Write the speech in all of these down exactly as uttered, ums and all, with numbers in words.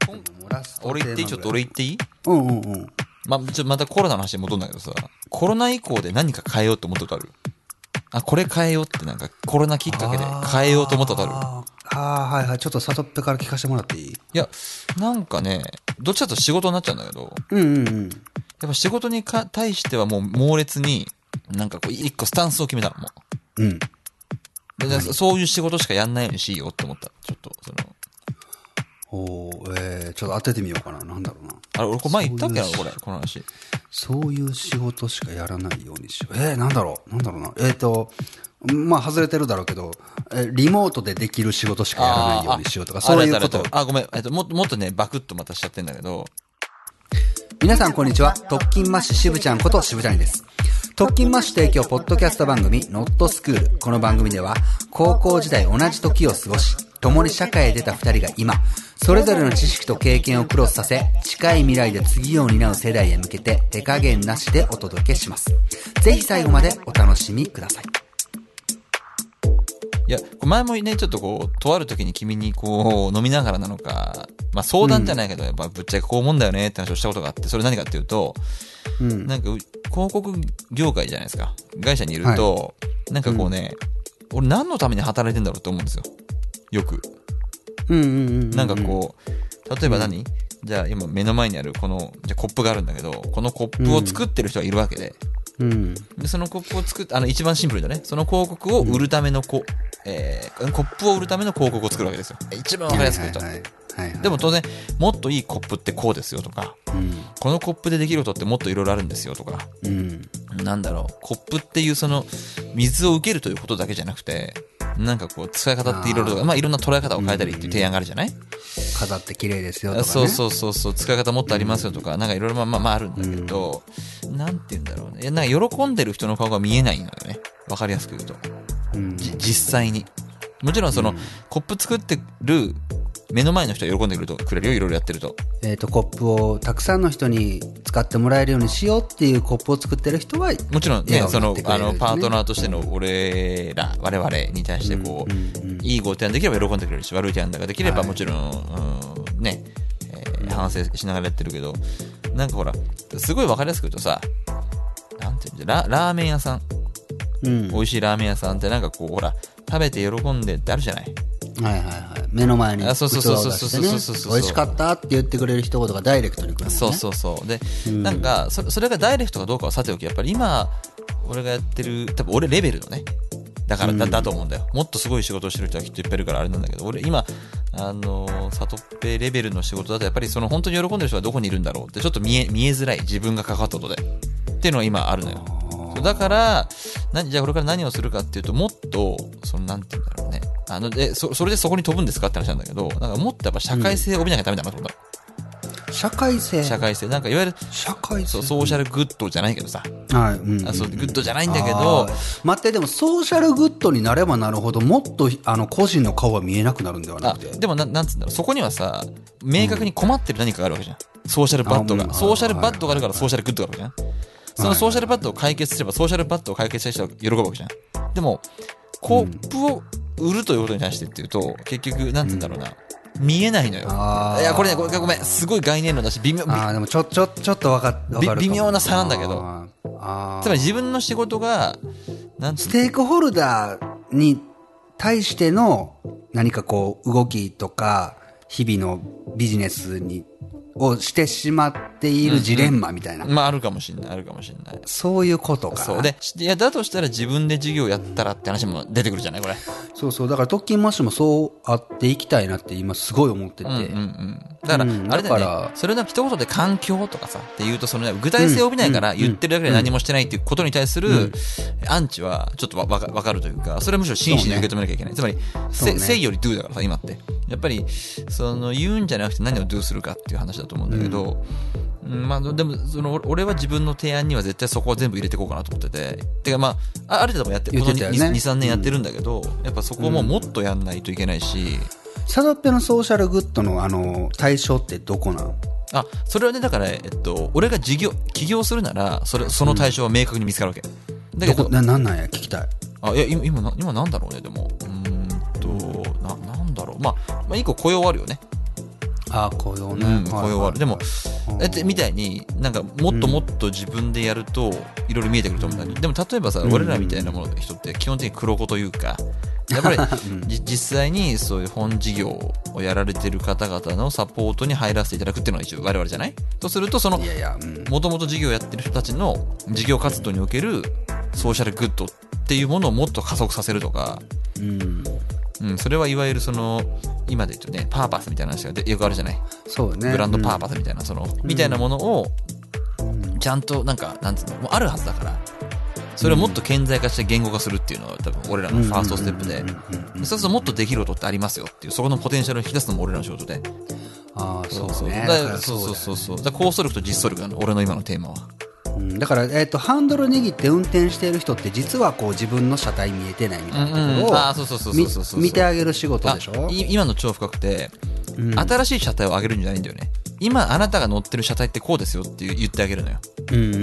俺言っていいちょっと俺言っていいうんうんうん。 ま、ちょ、またコロナの話に戻るんだけどさ、コロナ以降で何か変えようって思ったことある？あ、これ変えようってなんかコロナきっかけで変えようと思ったことある？ ああ、はいはい。ちょっと里っぺから聞かせてもらっていい？いや、なんかね、どっちかというと仕事になっちゃうんだけど、 うんうんうん。 やっぱ仕事にか対してはもう猛烈に、なんかこう一個スタンスを決めたの、もう。うん。 でそういう仕事しかやんないようにしようって思った。ちょっと、その。 おー、えー、ちょっと当ててみようかな。なんだろうな。 あれ、俺これ前言ったっけな、これ、この話。 そういう仕事しかやらないようにしよう。えー、なんだろう。なんだろうな。えーと、まあ、外れてるだろうけど、え、リモートでできる仕事しかやらないようにしようとか、そういうこと。 あ、ごめん。えっと、もっと、もっとね、バクッとまたしちゃってんだけど。 皆さんこんにちは。特勤マッシュ渋ちゃんこと渋ちゃんです。特勤マッシュ提供ポッドキャスト番組ノットスクール。この番組では高校時代同じ時を過ごし、共に社会へ出た二人が今、それぞれの知識と経験をクロスさせ、近い未来で次を担う世代へ向けて手加減なしでお届けします。ぜひ最後までお楽しみください。 いや、前もね、ちょっとこう、とある時に君にこう、飲みながらなのか、まあ相談じゃないけど、うん、やっぱぶっちゃけこう思うんだよねって話をしたことがあって、それ何かっていうと、うん、なんか、広告業界じゃないですか。会社にいると、はい、なんかこうね、うん、俺何のために働いてんだろうと思うんですよ。よく。 うんうんうんうん、 なんかこう、例えば何、うん、じゃあ今目の前にあるこの、じゃあコップがあるんだけど、このコップを作ってる人がいるわけで、うん、でそのコップを作って、あの一番シンプルだね。その広告を売るためのこ、うん、えー、コップを売るための広告を作るわけですよ。一番わかりやすく言うと。はいはいはいはい、でも当然、もっといいコップってこうですよとか、うん、このコップでできることってもっといろいろあるんですよとか、うん、なんだろう、コップっていうその、水を受けるということだけじゃなくて、なんかこう、使い方っていろいろとか、まあいろんな捉え方を変えたりっていう提案があるじゃない？ 飾って綺麗ですよとかね。 そうそうそうそう、使い方もっとありますよとか、なんかいろいろまあまあまああるんだけど、うん、なんて言うんだろうね。なんか喜んでる人の顔が見えないのよね。わかりやすく言うと。うん、じ実際に。もちろんその、うん、コップ作ってる目の前の人は喜んでくれるとくれるよ、いろいろやってると。 えっと、コップをたくさんの人に使ってもらえるようにしようっていうコップを作ってる人は、 もちろんね、その、あの、パートナーとしての俺ら、我々に対してこう、うんうんうん、いいご提案できれば喜んでくれるし、悪い提案ができればもちろん、はい、うん、ね、えー、反省しながらやってるけど、なんかほら、すごいわかりやすく言うとさ、なんていうんだ、ラ、ラーメン屋さん、うん、美味しいラーメン屋さんってなんかこう、ほら、食べて喜んでってあるじゃない。 はいはいはい。目の前にそうそうそうそうそうそうそう。 美味しかったって言ってくれる一言がダイレクトに来るもんね。 そうそうそう。で、うん、なんかそ、それがダイレクトかどうかはさておき、やっぱり今、俺がやってる、多分俺レベルのね。だからだ、だと思うんだよ。もっとすごい仕事をしてる人はきっといっぱいいるからあれなんだけど、俺今、あの、里っぺレベルの仕事だとやっぱりその本当に喜んでる人はどこにいるんだろうってちょっと見え、見えづらい。自分が関わったことで。っていうのが今あるのよ。だから、何、じゃあこれから何をするかっていうと、もっと、その、なんて言うんだろうね。あの、で、そ、それでそこに飛ぶんですかって話なんだけど、なんかもっとやっぱ社会性を帯びなきゃダメだなと思った。 うん、社会性社会性。なんかいわゆる、 社会性そう、ソーシャルグッドじゃないけどさ。 はい。うんうん、 あ、そう、グッドじゃないんだけど。 待って、でもソーシャルグッドになればなるほど、もっと、あの、個人の顔は見えなくなるんではなくて。 あ、でもな、なんつうんだろう。そこにはさ、明確に困ってる何かがあるわけじゃん。ソーシャルバッドが。ソーシャルバッドがあるからソーシャルグッドがあるわけじゃん。そのソーシャルバッドを解決すれば、ソーシャルバッドを解決した人は喜ぶわけじゃん。でも、コップを売るということに対してっていうと、結局、なんて言うんだろうな。見えないのよ。いや、これね、ごめん、ごめん。すごい概念論だし、微妙。 ああ、でもちょ、ちょ、ちょっとわかる。 微妙な差なんだけど。つまり自分の仕事が、 なんステークホルダーに対しての何かこう、動きとか、日々のビジネスに、をしてしまっているジレンマみたいな。 うんうん、まああるかもしれない、あるかもしれない。 そういうことか。 そうで、いや、だとしたら自分で事業やったらって話も出てくるじゃない、これ。 そうそう、だから特勤マッシュもそうあっていきたいなって今すごい思ってて。うんうんうん。 だから、うん、あれだよね、だからそれの一言で環境とかさ、って言うとその、ね、具体性を帯びないから言ってるだけで何もしてないっていうことに対する、うん、アンチはちょっとわか、わかるというか、それはむしろ真摯に受け止めなきゃいけない。ね、つまり、ね、say より do だからさ、今って。やっぱり、その、言うんじゃなくて何を do するかっていう話だと思うんだけど、うん、まあ、でも、その、俺は自分の提案には絶対そこを全部入れていこうかなと思ってて。てか、まあ、ある程度もやって、このに、さんねんやってるんだけど、うん、やっぱそこももっとやんないといけないし。 サドッペのソーシャルグッドの、あの、対象ってどこなの？ あ、それはね、だから、えっと、俺が事業、起業するなら、それ、その対象は明確に見つかるわけ。 うん、だけど、どこ、な、なんなんや、聞きたい。 あ、いや、今、今、今なんだろうね、でも。うーんと、な、なんだろう。まあ、まあ、一個雇用あるよね。 ああ、雇用ね。 うん、雇用はある。でも、えってみたいに、なんか、もっともっと自分でやると、いろいろ見えてくると思うんだけど、でも例えばさ、俺らみたいなもの人って基本的に黒子というか、やっぱり、実際にそういう本事業をやられてる方々のサポートに入らせていただくっていうのが一応我々じゃないとすると、その、もともと事業やってる人たちの事業活動におけるソーシャルグッドっていうものをもっと加速させるとか、うんうん、それはいわゆるその今で言うとねパーパスみたいな話がよくあるじゃない。 そうね。 ブランドパーパスみたいなその、うん、みたいなものをちゃんとなんかなんつうのもうあるはずだから、それをもっと顕在化して言語化するっていうのは多分俺らのファーストステップで、そうするともっとできることってありますよっていうそこのポテンシャルを引き出すのも俺らの仕事で。 ああ、そうね。 そうそうそうそう。だから構想力と実装力なの俺の今のテーマは。 うん、だから、えーと、ハンドル握って運転している人って実はこう自分の車体見えてないみたいなところを見てあげる仕事でしょ。 今の超深くて、うん、新しい車体を上げるんじゃないんだよね。今あなたが乗ってる車体ってこうですよって言ってあげるのよ、うんうんうん、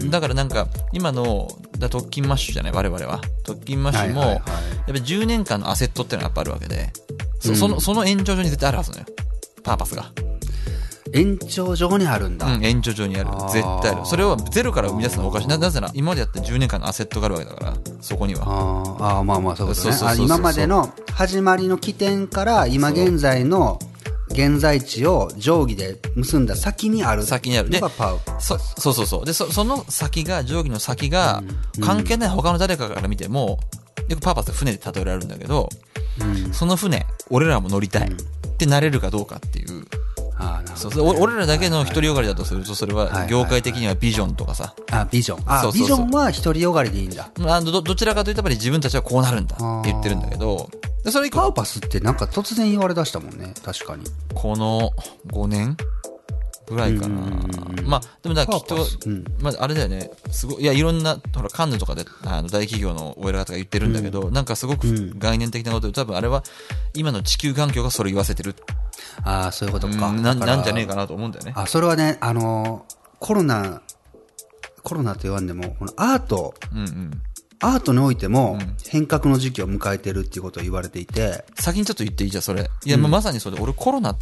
だからなんか今のだ特勤マッシュじゃない我々は特勤マッシュも、はいはいはい、やっぱりじゅうねんかんのアセットっていうのがやっぱあるわけで、そ, そのその延長上に絶対あるはずなのよパーパスが。 延長上にあるんだ、 うん、延長上にある絶対ある。それをゼロから生み出すのはおかしい。なぜなら今までやってじゅうねんかんのアセットがあるわけだからそこには。 ああまあまあそういうことね。あ今までの始まりの起点から今現在の現在地を定規で結んだ先にある先にあるでそそうそうそうで そ, その先が定規の先が関係ない他の誰かから見ても、うん、よくパーパスって船で例えられるんだけど、うん、その船俺らも乗りたい、うん、ってなれるかどうかっていう。あなるほどね、そうそう俺らだけの独りよがりだとするとそれは業界的にはビジョンとかさ、 あビジョンあそうそうそうビジョンは独りよがりでいいんだ。 あ ど, どちらかというとやっぱり自分たちはこうなるんだって言ってるんだけど、 でそれパーパスってなんか突然言われだしたもんね。確かにこのごねんぐらいかな。まあでもだからきっと、うん、まああれだよねすごいいやいろんなほらカンヌとかであの大企業のお偉方が言ってるんだけど、うん、なんかすごく概念的なことで多分あれは今の地球環境がそれを言わせてる。 ああそういうことか、 うん、な, なんじゃねえかなと思うんだよね。 あそれはねあのコロナコロナと言わんでもこのアート、うんうん、アートにおいても変革の時期を迎えてるっていうことを言われていて、 先にちょっと言っていいじゃんそれ。いや、うん、まさにそれで俺コロナって、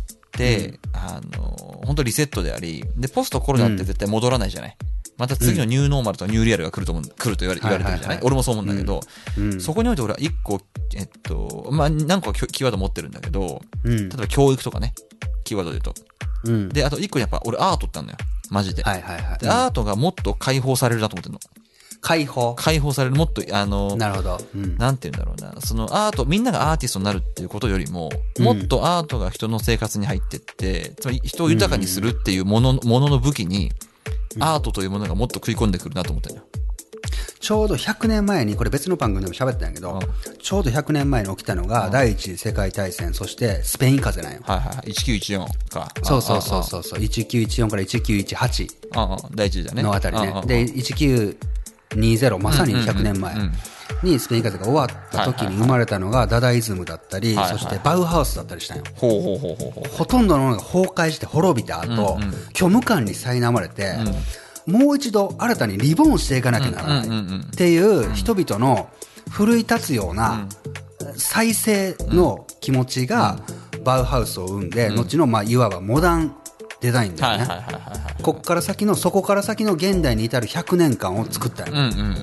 うん、あの本当リセットでありでポストコロナって絶対戻らないじゃない、うん、また次のニューノーマルとニューリアルが来ると思う、来ると言われ、言われてるじゃない、はいはいはい、俺もそう思うんだけど、うんうん、そこにおいて俺は一個えっとまあ何個かキーワード持ってるんだけど、うん、例えば教育とかねキーワードで言うと、うん、であと一個やっぱ俺アートってあるのよマジで、はいはいはい、でアートがもっと解放されるなと思ってるの。 解放解放されるもっとあのなるほど、 うん、なんて言うんだろうなそのアートみんながアーティストになるっていうことよりも、うん、もっとアートが人の生活に入ってってつまり人を豊かにするっていうもの、うん、ものの武器に、うん、アートというものがもっと食い込んでくるなと思ってるよ。 ちょうどひゃくねんまえにこれ別の番組でも喋ったんやけど、うん、ちょうどひゃくねんまえに起きたのが、うん、第一次世界大戦そしてスペイン風邪なんよ。 はいはい、いちきゅういちよんか。 そうそうそうそうそういちきゅういちよんからいちきゅういちはち第一次だねのあたりね。でいちきゅうにじゅうまさにひゃくねんまえにスペイン風邪が終わった時に生まれたのがダダイズムだったり、そしてバウハウスだったりしたんよ。ほうほうほうほうほう。ほとんどのものが崩壊して滅びた後、うんうん、虚無感に苛まれて、うん、もう一度新たにリボーンしていかなきゃならないっていう人々の奮い立つような再生の気持ちがバウハウスを生んで、うん、後のまあいわばモダンデザインだよね。こっから先のそこから先の現代に至るひゃくねんかんを作ったよ、うんうんうん、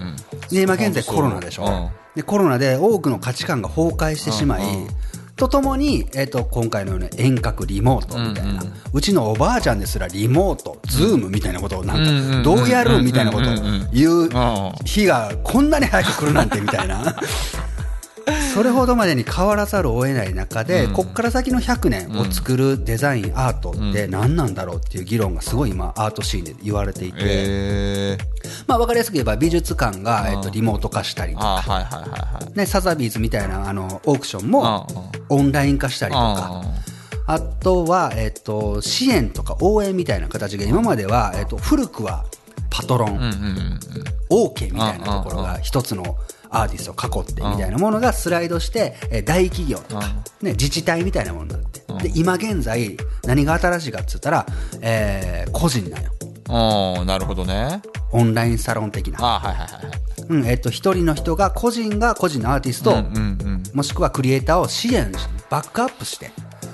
で今現在コロナでしょ、うん、でコロナで多くの価値観が崩壊してしまい、うんうん、とともに、えー、と今回のような遠隔リモートみたいな、うんうん、うちのおばあちゃんですらリモートズームみたいなことをなんかどうやるみたいなことを言う日がこんなに早く来るなんてみたいなそれほどまでに変わらざるを得ない中で、うん、こっから先のひゃくねんを作るデザイン、うん、アートって何なんだろうっていう議論がすごい今アートシーンで言われていて、えーまあ、分かりやすく言えば美術館が、えっと、リモート化したりとか、はいはいはいはい、ね、サザビーズみたいなあのオークションもオンライン化したりとか、あとは、えっと、支援とか応援みたいな形が今までは、えっと、古くはパトロン、うんうんうん、オーケーみたいなところが一つのアーティストを囲ってみたいなものがスライドして大企業とか、ね、自治体みたいなものになって、で今現在何が新しいかって言ったら、えー、個人なんよ。 ああ、なるほどね。 オンラインサロン的な。あ、はいはいはい。うん、えっと一人の人が個人が個人のアーティスト、うんうんうん、もしくはクリエイターを支援しバックアップして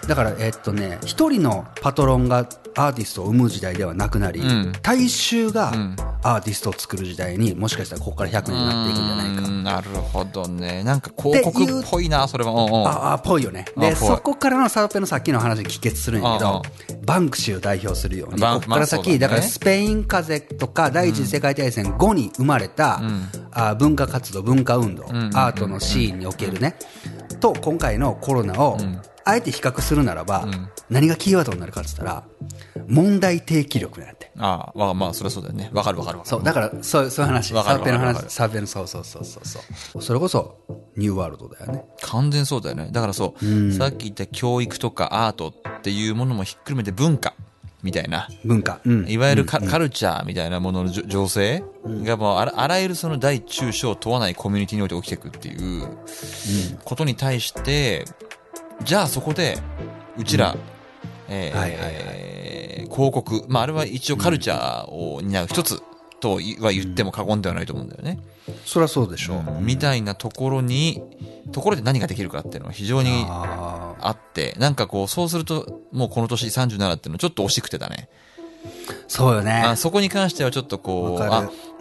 だから、えー、っとね、一人のパトロンがアーティストを生む時代ではなくなり、うん、大衆がアーティストを作る時代にもしかしたらここからひゃくねんになっていくんじゃないか。 うんなるほどね。なんか広告っぽいな、それは。うんうん、 ああ、ぽいよね。で、そこからのサロペのさっきの話に帰結するんやけど、バンクシーを代表するように、ここから先、まあね、だからスペイン風邪とか第一次世界大戦後に生まれた、うん、あ文化活動、文化運動、うん、アートのシーンにおけるね、うん、と今回のコロナを、うんあえて比較するならば、うん、何がキーワードになるかって言ったら、問題提起力になって。 ああ、まあ、それはそうだよね。わかるわかるわかる。 そう、だから、そう、そういう話。サーペの話、サーペの、そうそうそうそう。それこそ、ニューワールドだよね。 完全そうだよね。だからそう、うん、さっき言った教育とかアートっていうものもひっくるめて文化。みたいな。 文化。うん、 いわゆるカ、うん、カルチャーみたいなものの情勢がもうあら、あらゆるその大中小問わないコミュニティにおいて起きていくっていうことに対して、じゃあそこで、うちら、うんえーはいはいはい、広告、まああれは一応カルチャーを担う一つとは言っても過言ではないと思うんだよね。 うん、そりゃそうでしょう、 うん。みたいなところに、ところで何ができるかっていうのは非常にあって、なんかこう、そうすると、もうこの年さんじゅうななっていうのちょっと惜しくてだね。 そうよね。 あそこに関してはちょっとこう、あ、 うん、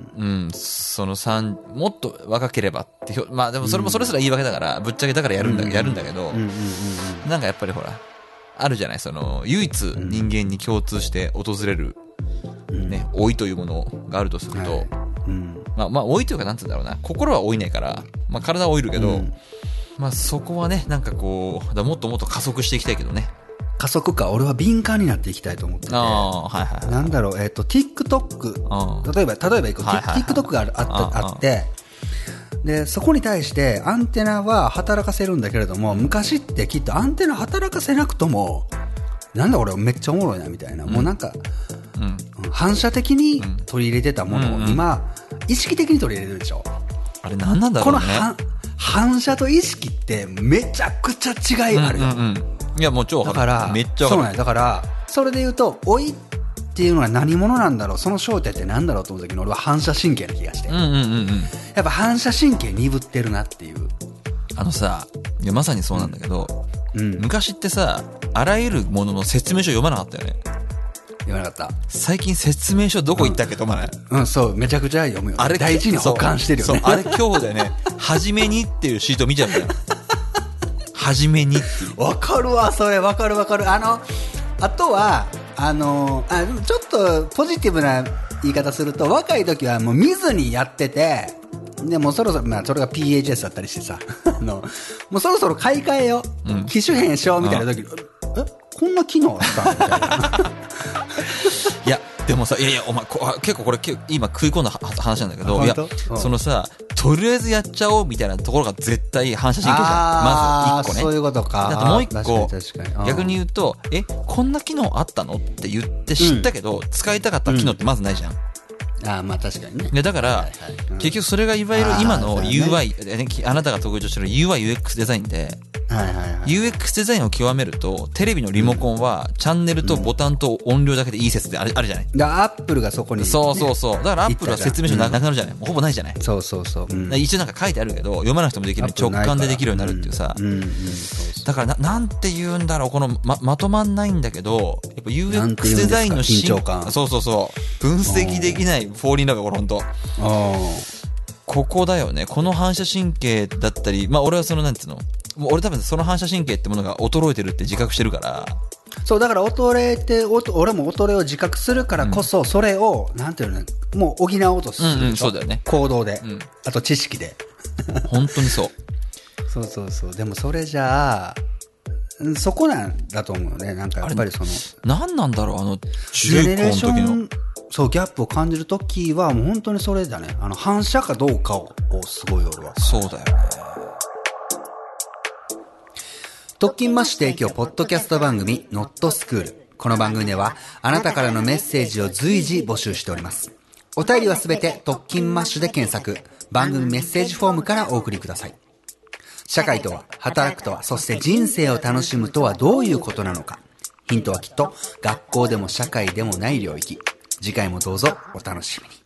うん、その三、もっと若ければって、まあでもそれもそれすら言い訳だから、ぶっちゃけだからやるんだ、うん、やるんだけど、うんうんうんうん、なんかやっぱりほら、あるじゃないその、唯一人間に共通して訪れる、ね、老いというものがあるとすると、はいうん、まあまあ老いというかなんつうんだろうな、心は老いないから、まあ体は老いるけど、うん、まあそこはね、なんかこう、だもっともっと加速していきたいけどね。 加速か、俺は敏感になっていきたいと思ってて。ああ、はいはい。なんだろう、えっと、TikTok、例えば、例えばいく、はいはいはい、TikTok があったあって、で、そこに対してアンテナは働かせるんだけれども、昔ってきっとアンテナ働かせなくとも、なんだ俺めっちゃおもろいなみたいな、うん、もうなんか、うん、反射的に取り入れてたものを今、意識的に取り入れてるでしょ。 あれ何なんだろうね。 この反射と意識ってめちゃくちゃ違いあるよ。うんうんうんいやもう超だからめっちゃそうなんやだからそれで言うと老いっていうのは何者なんだろうその正体って何だろうと思った時に俺は反射神経な気がして、うんうんうんうん、やっぱ反射神経鈍ってるなっていうあのさいやまさにそうなんだけど、うん、昔ってさあらゆるものの説明書読まなかったよね読まなかった最近説明書どこ行ったっけ読まない、 うん、うん、そうめちゃくちゃ読むよあれ大事に保管してるよねそうそうあれ今日だよね初めにっていうシート見ちゃったよはじめにっていうわかるわそれわかるわかるあのあとはあのあちょっとポジティブな言い方すると若い時はもう見ずにやっててでもうそろそろ、まあ、それが ピーエイチエス だったりしてさあのもうそろそろ買い替えよ、うん、機種変しようみたいな時に、うん、えこんな機能あったみたいないやでもさいやいやお前こ結構これ今食い込んだ話なんだけどいやそのさとりあえずやっちゃおうみたいなところが絶対反射神経じゃんまず一個ねそういうことかだってもう一個逆に言うとえこんな機能あったのって言って知ったけど、うん、使いたかった機能ってまずないじゃん、うんあまあ確かにねだから、はいはいうん、結局それがいわゆる今の ユーアイ あ,、ね、あなたが得意としてる ユーアイユーエックス デザインで、はいはいはい、ユーエックス デザインを極めるとテレビのリモコンはチャンネルとボタンと音量だけでいい説である、あるじゃないだアップルがそこに、ね、 そうそうそうだからアップルは説明書なくなるじゃない、うん、ほぼないじゃないそうそうそう、うん、 一応なんか書いてあるけど読まなくてもできる直感でできるようになるっていうさ、うんうんうん、だから な, なんて言うんだろうこの ま, まとまんないんだけどやっぱ ユーエックス デザインの緊張感そうそうそう分析できないフォーリンラブこれ本当ここだよねこの反射神経だったりまあ俺はそのなんつうのもう俺多分その反射神経ってものが衰えてるって自覚してるからそうだから衰えて俺も衰えを自覚するからこそ、うん、それをなんていうのねもう補おうとするでしょ、うんうん、そうだよね行動で、うん、あと知識で本当にそうそうそうそうでもそれじゃあそこなんだと思うよねなんかやっぱりその何なんだろうあの中高の時のそうギャップを感じるときはもう本当にそれだねあの反射かどうかをすごい俺はそうだよね特勤マッシュ提供ポッドキャスト番組ノットスクールこの番組ではあなたからのメッセージを随時募集しておりますお便りはすべて特勤マッシュで検索番組メッセージフォームからお送りください社会とは働くとはそして人生を楽しむとはどういうことなのかヒントはきっと学校でも社会でもない領域次回もどうぞお楽しみに。